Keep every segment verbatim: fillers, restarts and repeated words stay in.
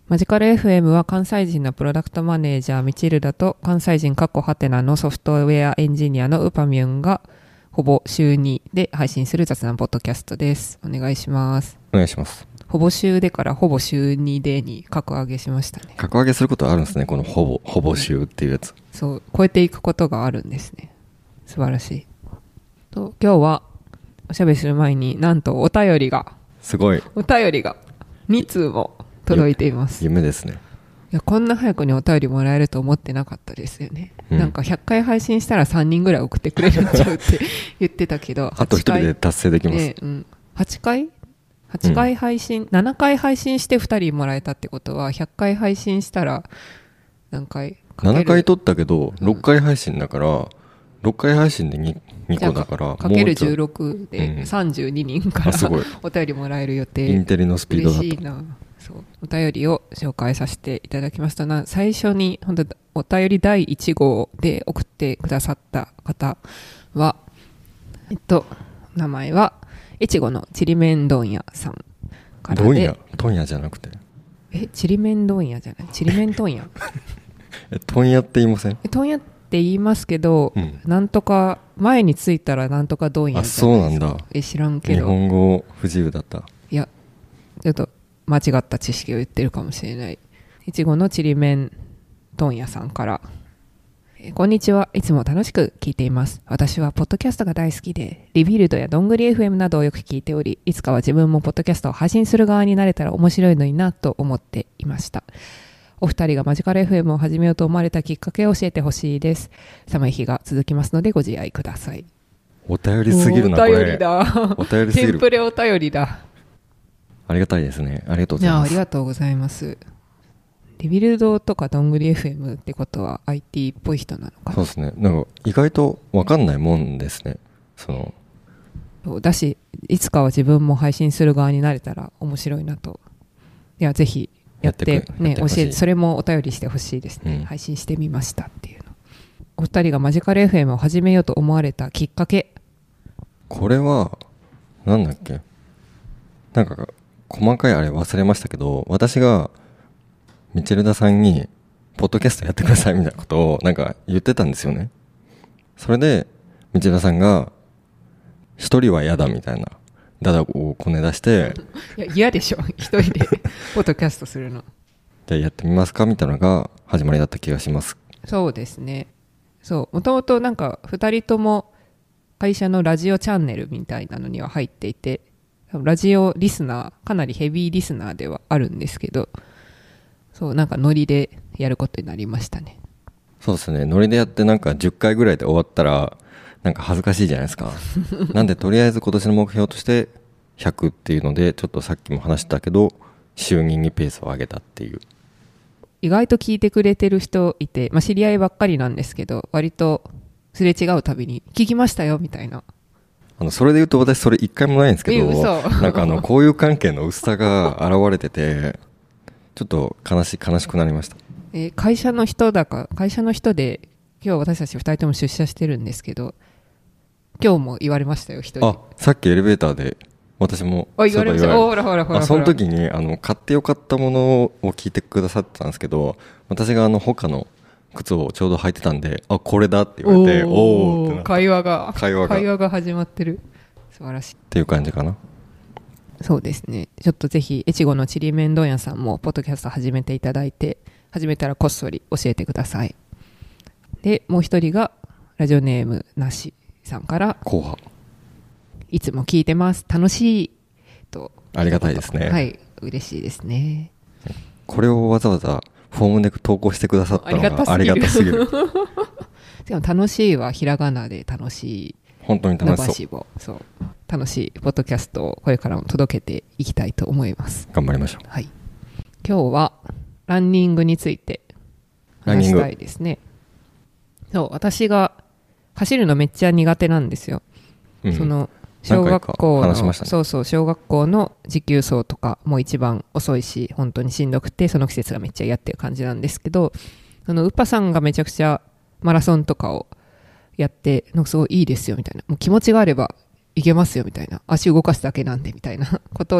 マジカル エフエム は関西人のプロダクトマネージャーミチルダと関西人カッコハテナのソフトウェアエンジニアのウパミュンがほぼ週にで配信する雑談ポッドキャストです。お願いします。 お願いします。 ほぼ週でからほぼ週にでに格上げしましたね。 格上げすることあるんですね。このほぼほぼ週っていうやつ。 そう、超えていくことがあるんですね。素晴らしい。と今日はおしゃべりする前になんとお便りがすごいお便りがに通も届いています。 夢ですね。 いや、こんな早くにお便りもらえると思ってなかったですよね、うん、なんかひゃっかい配信したらさんにんぐらい送ってくれるんちゃうって言ってたけどあとひとりで達成できます、 ね、うん、はちかいはちかい配信、うん、ななかい配信してふたりもらえたってことはひゃっかい配信したら何回かけるななかい撮ったけどろっかい配信だから、うん、ろっかい配信で 2, にこだからかけるじゅうろくでさんじゅうににんから、うん、お便りもらえる予定。 インテリのスピードだった。 嬉しいな。そうお便りを紹介させていただきますとな、最初に本当お便りだいいち号で送ってくださった方はえっと名前は越後のちりめん問屋さんからで。 問屋問屋じゃなくてえちりめん問屋じゃないちりめん問屋え問屋って言いません？ え問屋って言いますけど、うん、なんとか前についたらなんとか問屋じゃないですか。 あ、そうなんだ。 え知らんけど日本語不自由だった。 いやちょっと間違った知識を言ってるかもしれない。いちごのちりめん問屋さんから、えこんにちは。いつも楽しく聞いています。私はポッドキャストが大好きでリビルドやどんぐり エフエム などをよく聞いており、いつかは自分もポッドキャストを配信する側になれたら面白いのになと思っていました。お二人がマジカル エフエム を始めようと思われたきっかけを教えてほしいです。寒い日が続きますのでご自愛ください。 お便りすぎるな。 お便りだ。 お便りすぎる。 テンプレお便りだ。 ありがたいですね。ありがとうございます。 いや、ありがとうございます。リビルドとかどんぐり エフエム ってことは アイティー っぽい人なのかな。 そうですね。なんか意外と分かんないもんですね。そのそうだし、いつかは自分も配信する側になれたら面白いなと。いや、ぜひやってやってね、 やって教えて、それもお便りしてほしいですね、うん、配信してみましたっていうの。お二人がマジカル エフエム を始めようと思われたきっかけ。 これはなんだっけ、なんか細かいあれ忘れましたけど、私がミチルダさんにポッドキャストやってくださいみたいなことをなんか言ってたんですよね。それでミチルダさんが一人は嫌だみたいなダダをこね出していや嫌でしょ一人でポッドキャストするの。 じゃあやってみますかみたいなのが始まりだった気がします。 そうですね。そうもともとなんかふたりとも会社のラジオチャンネルみたいなのには入っていて、ラジオリスナーかなりヘビーリスナーではあるんですけど、そうなんかノリでやることになりましたね。 そうですね。ノリでやってなんかじゅっかいぐらいで終わったらなんか恥ずかしいじゃないですかなんでとりあえず今年の目標としてひゃくっていうので、ちょっとさっきも話したけど週ににペースを上げたっていう。 意外と聞いてくれてる人いて、まあ、知り合いばっかりなんですけど、割とすれ違うたびに聞きましたよみたいな。 あのそれで言うと私それ一回もないんですけど、なんかあの交友関係の薄さが現れててちょっと悲し悲しくなりました。 えー、会社の人だか会社の人で今日私たちふたりとも出社してるんですけど、今日も言われましたよ一人。 あ、さっきエレベーターで私もあ言われました。ほらほらほら。 その時にあの買ってよかったものを聞いてくださってたんですけど、私があの他の靴をちょうど履いてたんで、あこれだって言われて、おおってなった。 会話が会話が会話が始まってる。素晴らしいっていう感じかな。 そうですね。ちょっとぜひ越後のちりめん問屋さんもポッドキャスト始めていただいて、始めたらこっそり教えてください。でもう一人がラジオネームなしさんから、 後半いつも聞いてます楽しいと。 ありがたいですね。 はい嬉しいですね。 これをわざわざフォームで投稿してくださったのがありがたすぎる。 でも楽しいはひらがなで楽しい、 本当に楽しそう。 そう楽しいポッドキャストをこれからも届けていきたいと思います。 頑張りましょう。 はい、今日はランニングについて話したいですね。そう私が走るのめっちゃ苦手なんですよ、うん、その小学校の、ね、そうそう小学校の持久走とかも一番遅いし本当にしんどくて、その季節がめっちゃ嫌っていう感じなんですけど、そのウッパさんがめちゃくちゃマラソンとかをやってなんかすごいいいですよみたいな、もう気持ちがあればいけますよみたいな、足動かすだけなんでみたいなことを言って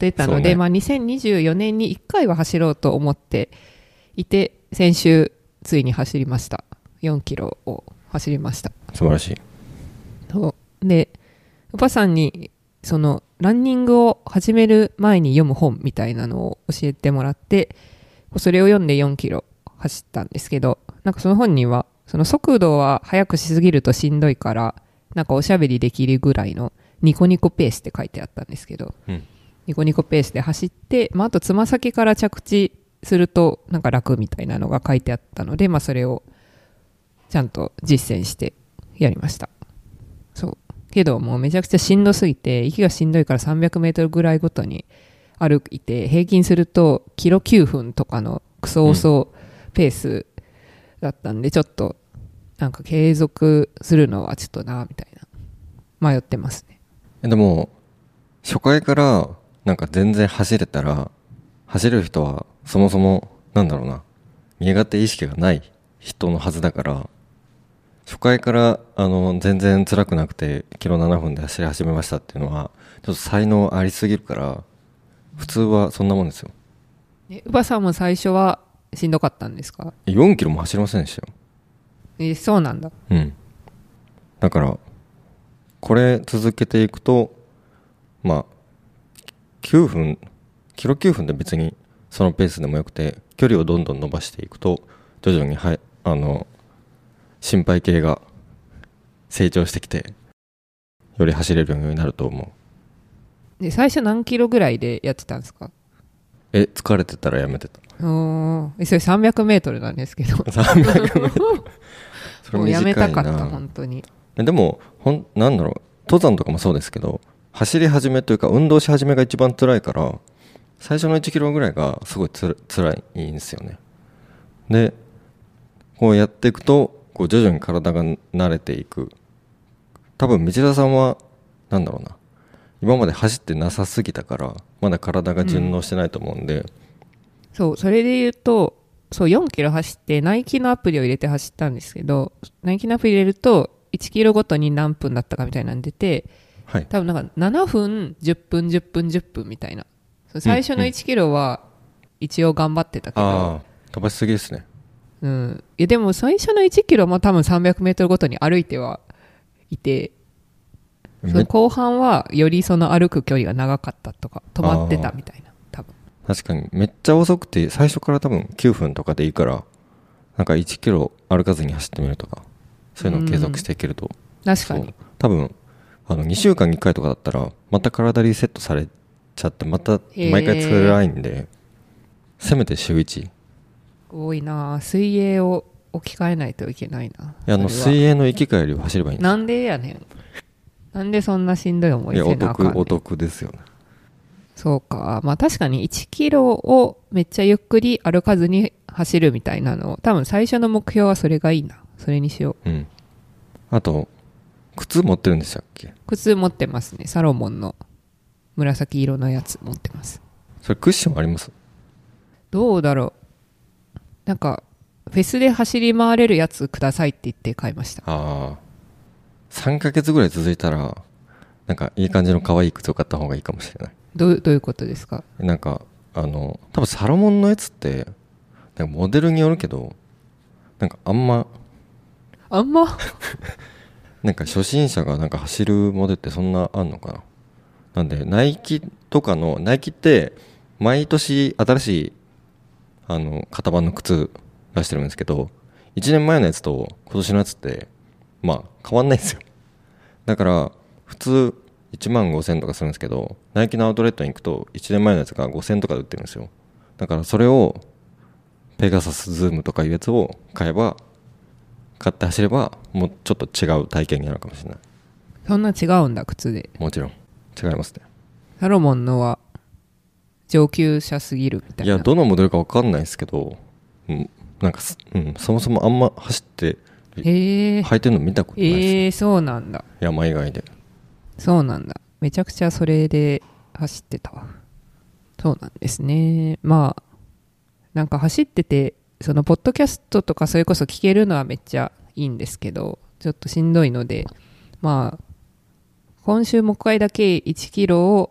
ってたので、ね、まあ、にせんにじゅうよねんにいっかいは走ろうと思っていて、先週ついに走りました。よんキロを走りました。 素晴らしい。 そうで、おばさんにそのランニングを始める前に読む本みたいなのを教えてもらって、それを読んでよんキロ走ったんですけど、なんかその本にはその速度は速くしすぎるとしんどいから、なんかおしゃべりできるぐらいのニコニコペースって書いてあったんですけど、うん、ニコニコペースで走って、まあ、あとつま先から着地するとなんか楽みたいなのが書いてあったので、まあ、それをちゃんと実践してやりました。そうけどもうめちゃくちゃしんどすぎて、息がしんどいからさんびゃくメートルぐらいごとに歩いて、平均するとキロきゅうふんとかのクソ遅ペースだったんで、ちょっとなんか継続するのはちょっとなみたいな迷ってますね。 でも初回からなんか全然走れたら、走れる人はそもそもなんだろうな、苦手意識がない人のはずだから、初回からあの全然辛くなくてキロななふんで走り始めましたっていうのはちょっと才能ありすぎるから、普通はそんなもんですよ。 え、うばさんも最初はしんどかったんですか？ よんキロも走りませんでしたよ。 え、そうなんだ。 うん。だからこれ続けていくと、まあきゅうふん、キロきゅうふんで別にそのペースでもよくて、距離をどんどん伸ばしていくと徐々に、はい、あの心肺系が成長してきて、より走れるようになると思う。で、最初何キロぐらいでやってたんですか？ え、疲れてたらやめてた。 おー、それさんびゃくメートルなんですけど。 さんびゃくメートルそれ短いな。もうやめたかった本当に。 でもほんなんだろう、登山とかもそうですけど、走り始めというか運動し始めが一番辛いから、最初のいちキロぐらいがすごいつ辛いんですよね。でこうやっていくとこう徐々に体が慣れていく。多分道田さんはなんだろうな、今まで走ってなさすぎたからまだ体が順応してないと思うんで、うん、 そうそれで言うと、そうよんキロ走ってナイキのアプリを入れて走ったんですけど、ナイキのアプリ入れるといちキロごとに何分だったかみたいなの出て、はい、多分なんかななふんじゅっぷんじゅっぷんじゅっぷんみたいな。最初のいちキロは一応頑張ってたけど、うんうん、 あ飛ばしすぎですね。 うん、いやでも最初のいちキロも多分さんびゃくメートルごとに歩いてはいて、その後半はよりその歩く距離が長かったとか止まってたみたいな。多分確かにめっちゃ遅くて最初から多分きゅうふんとかでいいから、なんかいちキロ歩かずに走ってみるとか、そういうのを継続していけると、 確かに多分あのにしゅうかんにいっかいとかだったらまた体リセットされちゃってまた毎回辛いんで、せめて週いち。 多いな。水泳を置き換えないといけないな。 いや、あの水泳の行き帰りを走ればいいんですよ。 なんでやねん。なんでそんなしんどい思いせなあかんねん。いや、お得、お得ですよね。 そうか。まあ確かにいちキロをめっちゃゆっくり歩かずに走るみたいなの、多分最初の目標はそれがいいな。それにしよう。 うん。あと靴持ってるんでしたっけ？ 靴持ってますね。サロモンの紫色のやつ持ってます。 それクッションあります？ どうだろう。なんかフェスで走り回れるやつくださいって言って買いました。 ああ、さんかげつぐらい続いたらなんかいい感じの可愛い靴を買った方がいいかもしれない。 どう、どういうことですか？ なんかあの多分サロモンのやつってなんかモデルによるけど、なんかあんまあんまなんか初心者がなんか走るモデルってそんなあんのかな。なんでナイキとかの、ナイキって毎年新しいあの型番の靴出してるんですけど、いちねんまえのやつと今年のやつってまあ変わんないんですよ。だから普通いちまんごせんとかするんですけど、ナイキのアウトレットに行くといちねんまえのやつがごせんとかで売ってるんですよ。だからそれをペガサスズームとかいうやつを買えば、買って走ればもうちょっと違う体験になるかもしれない。 そんな違うんだ、靴で。 もちろん違いますね。 サロモンのは上級者すぎるみたいな。 いや、どのモデルか分かんないですけど、うん、なんか、うん、そもそもあんま走って履いてるの見たことないです、ね。 えー、そうなんだ。 山以外で。 そうなんだ。めちゃくちゃそれで走ってたわ。そうなんですね。まあなんか走ってて、そのポッドキャストとかそれこそ聞けるのはめっちゃいいんですけど、ちょっとしんどいので、まあ今週もう一回だけいちキロを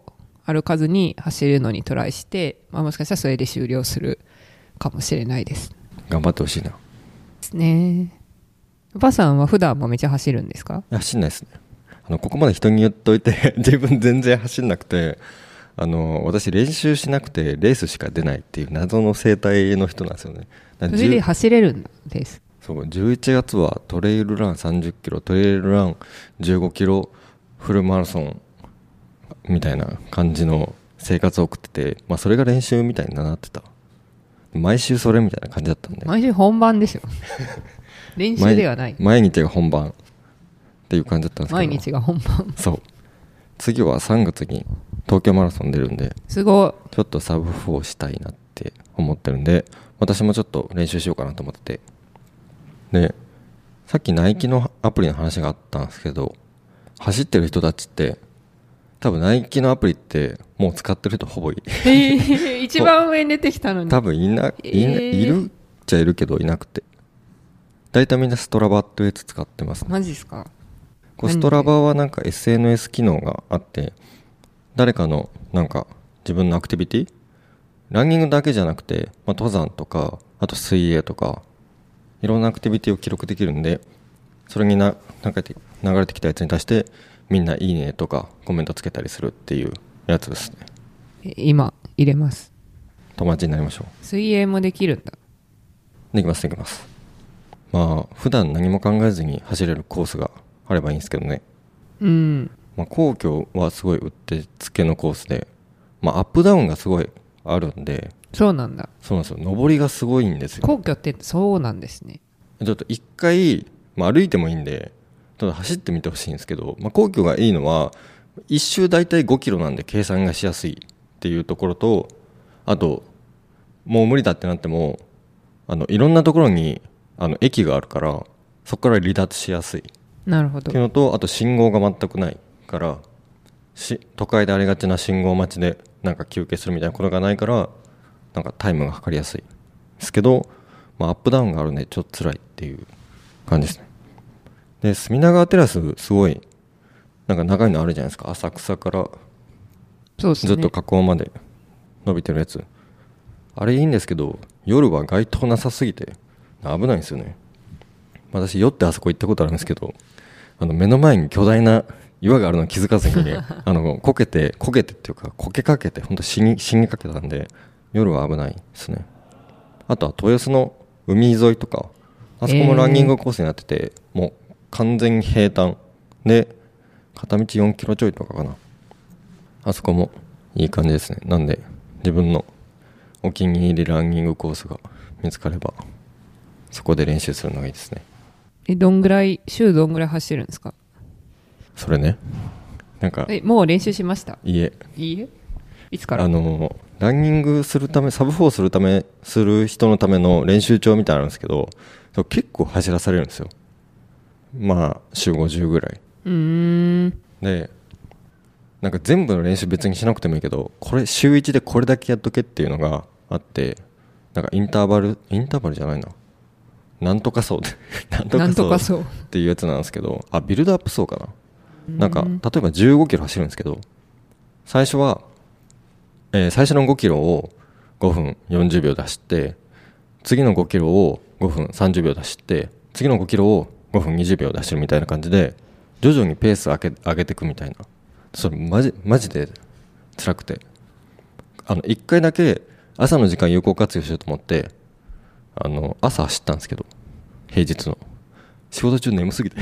歩かずに走るのにトライして、まあ、もしかしたらそれで終了するかもしれないです。 頑張ってほしいな。 ですね。おばさんは普段もめっちゃ走るんですか？ 走んないですね。あのここまで人に言っといて自分全然走んなくて、あの私練習しなくてレースしか出ないっていう謎の生態の人なんですよね。 それで走れるんです。 そうじゅういちがつはトレイルランさんじゅっキロ、トレイルランじゅうごキロ、フルマラソンみたいな感じの生活を送ってて、まあ、それが練習みたいになってた。毎週それみたいな感じだったんで。 毎週本番でしょ練習ではない。 毎日が本番っていう感じだったんですけど、 毎日が本番。 そう次はさんがつに東京マラソン出るんで、 すごい。 ちょっとサブフォーしたいなって思ってるんで、私もちょっと練習しようかなと思ってて、でさっきナイキのアプリの話があったんですけど、走ってる人たちって多分ナイキのアプリってもう使ってる人ほぼいえー、一番上に出てきたのに多分いな、いな、 えー、 いるっちゃいるけどいなくて、大体みんなストラバっていうやつ使ってますね。 マジですか？ こうストラバはなんか エスエヌエス 機能があって、誰かのなんか自分のアクティビティ、ランニングだけじゃなくて、まあ、登山とかあと水泳とかいろんなアクティビティを記録できるんで、それにななんか流れてきたやつに対してみんないいねとかコメントつけたりするっていうやつですね。 今入れます。 友達になりましょう。 水泳もできるんだ。 できますできます。まあ普段何も考えずに走れるコースがあればいいんですけどね。 うん。 まあ、皇居はすごいうってつけのコースで、まあ、アップダウンがすごいあるんで。 そうなんだ。 そうなんですよ。上りがすごいんですよ。 皇居ってそうなんですね。 ちょっと一回、まあ、歩いてもいいんでちょっと走ってみてほしいんですけど、まあ、皇居がいいのは一周大体ごキロなんで計算がしやすいっていうところと、あともう無理だってなってもあのいろんなところにあの駅があるからそこから離脱しやすい。 なるほど。 っていうのと、あと信号が全くないからし都会でありがちな信号待ちでなんか休憩するみたいなことがないから、なんかタイムが測りやすいですけど、まあ、アップダウンがあるんでちょっと辛いっていう感じですね。で隅田川テラスすごいなんか長いのあるじゃないですか。浅草からずっと河口まで伸びてるやつ、あれいいんですけど夜は街灯なさすぎて危ないんですよね。私酔ってあそこ行ったことあるんですけど、あの目の前に巨大な岩があるのに気づかずに、ね、あのこけてこけてっていうかこけかけて本当死に死にかけたんで夜は危ないですね。あとは豊洲の海沿いとかあそこもランニングコースになってて、えー、もう完全に平坦で片道よんキロちょいとかかな。あそこもいい感じですね。なんで自分のお気に入りランニングコースが見つかればそこで練習するのがいいですね。 えどんぐらい週どんぐらい走るんですか？ それね、なんかえもう練習しました？ いいえいいえいつから？ あのランニングするためサブフォーするためする人のための練習帳みたいなのあるんですけど、結構走らされるんですよ。まあ週ごじゅうぐらい。 うーんでなんか全部の練習別にしなくてもいいけど、これ週いちでこれだけやっとけっていうのがあって、なんかインターバルインターバルじゃないななんとかそうなんとかそうっていうやつなんですけど、あビルドアップそうかな。なんか例えばじゅうごキロ走るんですけど、最初は、えー、最初のごキロをごふんよんじゅうびょうで走って、次のごキロをごふんさんじゅうびょうで走って、次のごキロをごふんにじゅうびょうで走るみたいな感じで徐々にペースを上げ、上げていくみたいな。それマジマジで辛くて、あのいっかいだけ朝の時間有効活用しようと思ってあの朝走ったんですけど、平日の仕事中眠すぎて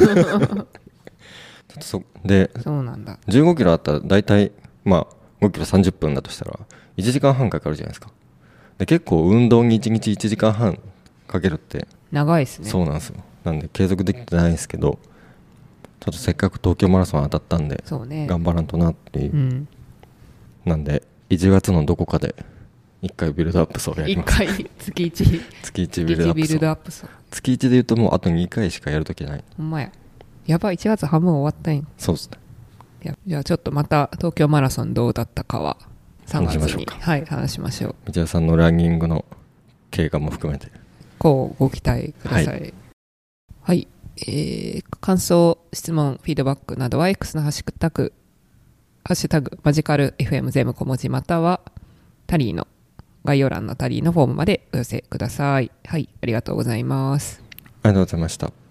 ちょっとそでそうなんだ。 じゅうごキロあったらだいたいまあごキロさんじゅっぷんだとしたらいちじかんはんかかるじゃないですか。で結構運動にいちにちいちじかんはんかけるって長いですね。 そうなんですよ。なんで継続できてないんですけど、ちょっとせっかく東京マラソン当たったんで、 そうね、 頑張らんとなっていう、 うん、 なんでいちがつのどこかでいっかいビルドアップ走やります。 いっかい月いち月いちビルドアップ走。 ップ走月いちでいうともうあとにかいしかやるときない。 ほんまや。やばい、いちがつ半分終わったんや。 そうですね。 いやじゃあちょっとまた東京マラソンどうだったかはさんがつに話しましょうか。 はい話しましょう。 道枝さんのランニングの経過も含めてこうご期待ください。はい、はい、えー、感想質問フィードバックなどは X のハッシュタグハッシュタグマジカル エフエム 全部小文字またはタリーの概要欄のタリーのフォームまでお寄せください。はい、ありがとうございます。 ありがとうございました。